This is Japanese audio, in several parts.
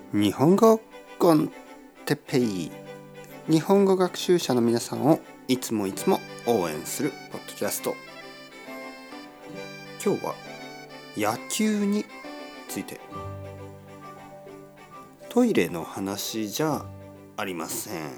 日本語コンテッペイ。日本語学習者の皆さんをいつも応援するポッドキャスト。今日は野球について。トイレの話じゃありません。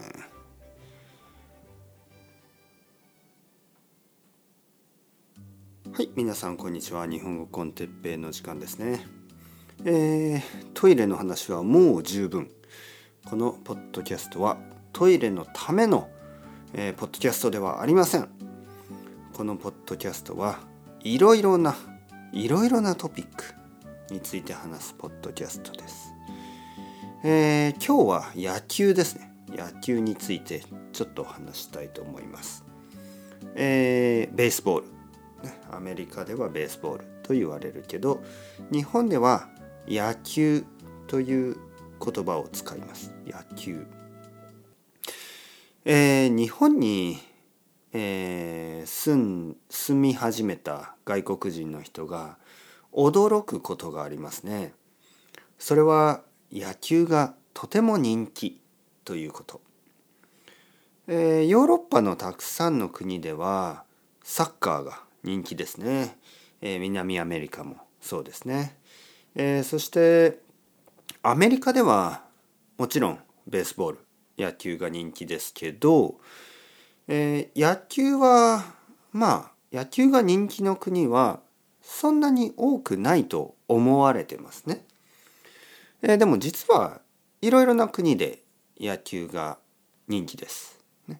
はい、皆さんこんにちは。日本語コンテッペイの時間ですね。トイレの話はもう十分。このポッドキャストはトイレのための、ポッドキャストではありません。このポッドキャストはいろいろなトピックについて話すポッドキャストです。今日は野球ですね。野球についてちょっと話したいと思います。ベースボール、アメリカではベースボールと言われるけど、日本では野球という言葉を使います。野球。日本に、住み始めた外国人の人が驚くことがありますね。それは野球がとても人気ということ。ヨーロッパのたくさんの国ではサッカーが人気ですね。南アメリカもそうですね。そしてアメリカではもちろんベースボール、野球が人気ですけど、野球が人気の国はそんなに多くないと思われてますね。でも実はいろいろな国で野球が人気です。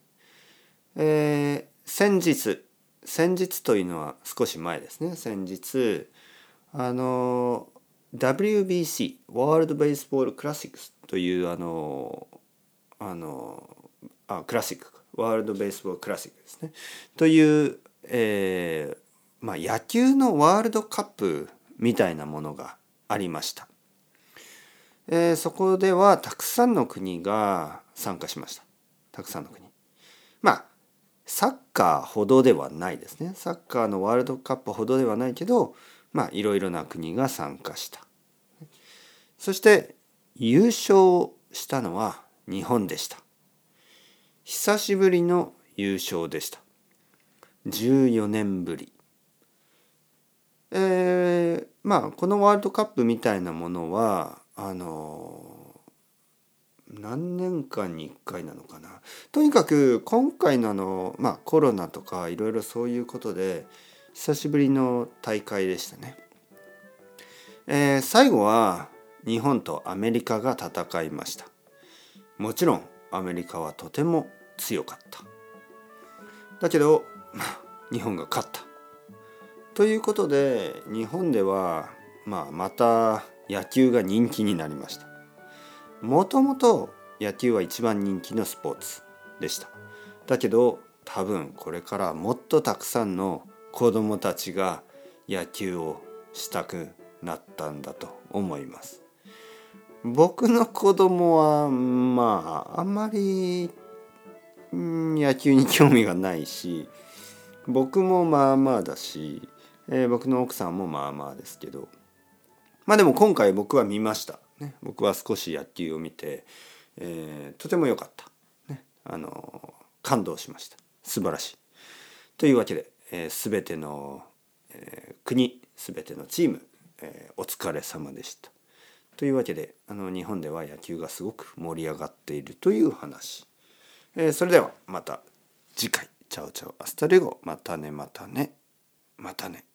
先日というのは少し前ですね。先日WBC ワールドベースボールクラシックスというクラシックワールドベースボールクラシックですねという、野球のワールドカップみたいなものがありました。そこではたくさんの国が参加しました。たくさんの国。サッカーほどではないですね。サッカーのワールドカップほどではないけど、いろいろな国が参加した。そして優勝したのは日本でした。久しぶりの優勝でした。14年ぶり。このワールドカップみたいなものは何年間に1回なのかな。とにかく今回のコロナとかいろいろそういうことで久しぶりの大会でしたね。最後は日本とアメリカが戦いました。もちろんアメリカはとても強かった。だけど日本が勝った。ということで日本ではまた野球が人気になりました。もともと野球は一番人気のスポーツでした。だけど多分これからもっとたくさんの子どもたちが野球をしたくなったんだと思います。僕の子供はあんまり野球に興味がないし、僕もだし、僕の奥さんもですけど、でも今回僕は見ましたね。僕は少し野球を見て、とても良かった、ね、感動しました。素晴らしいというわけで、全ての、国全てのチーム、お疲れ様でしたというわけで日本では野球がすごく盛り上がっているという話。それではまた次回。チャオチャオアスタレゴ。またね。